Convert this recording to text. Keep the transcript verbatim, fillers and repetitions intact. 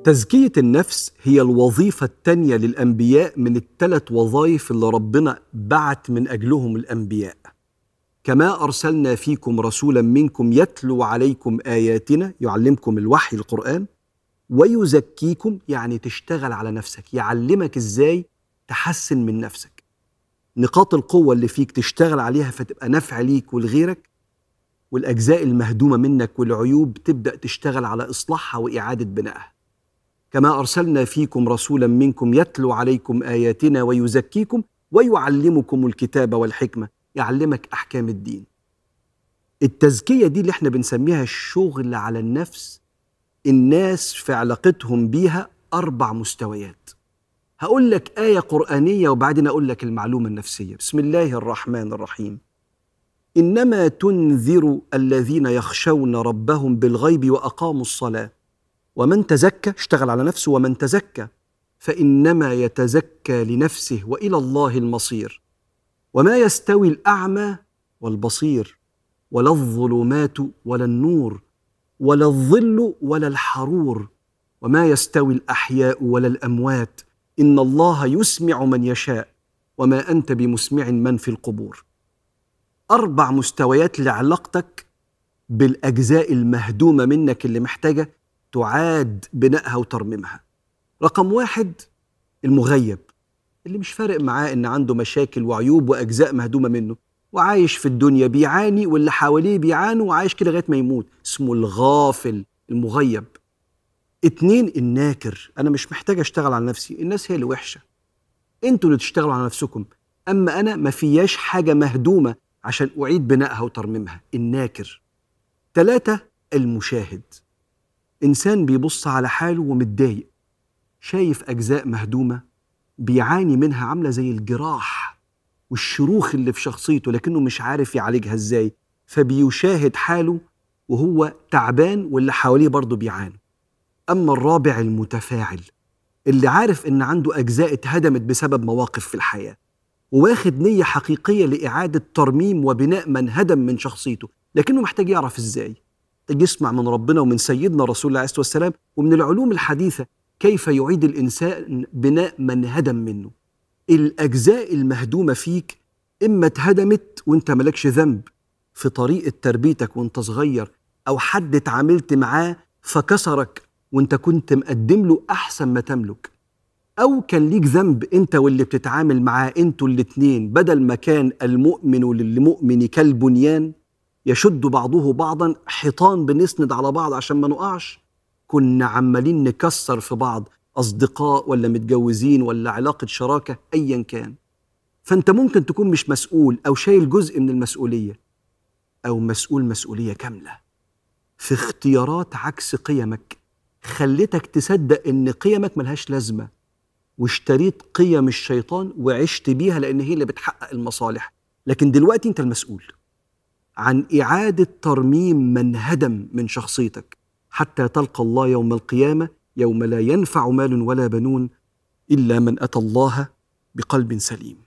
تزكية النفس هي الوظيفة التانية للأنبياء من الثلاث وظائف اللي ربنا بعت من أجلهم الأنبياء. كما أرسلنا فيكم رسولا منكم يتلو عليكم آياتنا، يعلمكم الوحي القرآن، ويزكيكم يعني تشتغل على نفسك، يعلمك إزاي تحسن من نفسك، نقاط القوة اللي فيك تشتغل عليها فتبقى نفع ليك ولغيرك، والأجزاء المهدومة منك والعيوب تبدأ تشتغل على إصلاحها وإعادة بنائها. كما أرسلنا فيكم رسولا منكم يتلو عليكم آياتنا ويزكيكم ويعلمكم الكتاب والحكمة، يعلمك أحكام الدين. التزكية دي اللي احنا بنسميها الشغل على النفس، الناس في علاقتهم بيها أربع مستويات. هقول لك آية قرآنية وبعدين أقول لك المعلومة النفسية. بسم الله الرحمن الرحيم. إنما تنذر الذين يخشون ربهم بالغيب وأقاموا الصلاة ومن تزكى، اشتغل على نفسه، ومن تزكى فإنما يتزكى لنفسه وإلى الله المصير. وما يستوي الأعمى والبصير ولا الظلمات ولا النور ولا الظل ولا الحرور وما يستوي الأحياء ولا الأموات إن الله يسمع من يشاء وما أنت بمسمع من في القبور. أربع مستويات لعلاقتك بالأجزاء المهدومة منك اللي محتاجة تعاد بنائها وترميمها. رقم واحد، المغيب، اللي مش فارق معاه إن عنده مشاكل وعيوب وأجزاء مهدومة منه وعايش في الدنيا بيعاني واللي حواليه بيعانوا وعايش كده لغاية ما يموت، اسمه الغافل، المغيب. اتنين، الناكر، أنا مش محتاج أشتغل على نفسي، الناس هي اللي وحشة، انتوا اللي تشتغلوا على نفسكم، أما أنا ما فياش حاجة مهدومة عشان أعيد بنائها وترميمها، الناكر. تلاتة، المشاهد، إنسان بيبص على حاله ومتضايق، شايف أجزاء مهدومة بيعاني منها، عاملة زي الجراح والشروخ اللي في شخصيته لكنه مش عارف يعالجها إزاي، فبيشاهد حاله وهو تعبان واللي حواليه برضه بيعانوا. أما الرابع، المتفاعل، اللي عارف إن عنده أجزاء اتهدمت بسبب مواقف في الحياة وواخد نية حقيقية لإعادة ترميم وبناء من هدم من شخصيته، لكنه محتاج يعرف إزاي. محتاج يسمع من ربنا ومن سيدنا رسول الله عليه الصلاة والسلام ومن العلوم الحديثة كيف يعيد الإنسان بناء من هدم منه. الأجزاء المهدومة فيك إما اتهدمت وإنت ملكش ذنب في طريقة تربيتك وإنت صغير، أو حد اتعاملت معاه فكسرك وإنت كنت مقدم له أحسن ما تملك، أو كان ليك ذنب أنت واللي بتتعامل معاه، أنتوا الاتنين بدل ما كان المؤمن للمؤمن كالبنيان يشد بعضه بعضا، حيطان بنسند على بعض عشان ما نقعش، كنا عمالين نكسر في بعض، أصدقاء ولا متجوزين ولا علاقة شراكة أيا كان. فأنت ممكن تكون مش مسؤول أو شايل جزء من المسؤولية، أو مسؤول مسؤولية كاملة في اختيارات عكس قيمك خلتك تصدق إن قيمك ملهاش لازمة، واشتريت قيم الشيطان وعشت بيها لأن هي اللي بتحقق المصالح. لكن دلوقتي أنت المسؤول عن إعادة ترميم من هدم من شخصيتك حتى تلقى الله يوم القيامة يوم لا ينفع مال ولا بنون إلا من أتى الله بقلب سليم.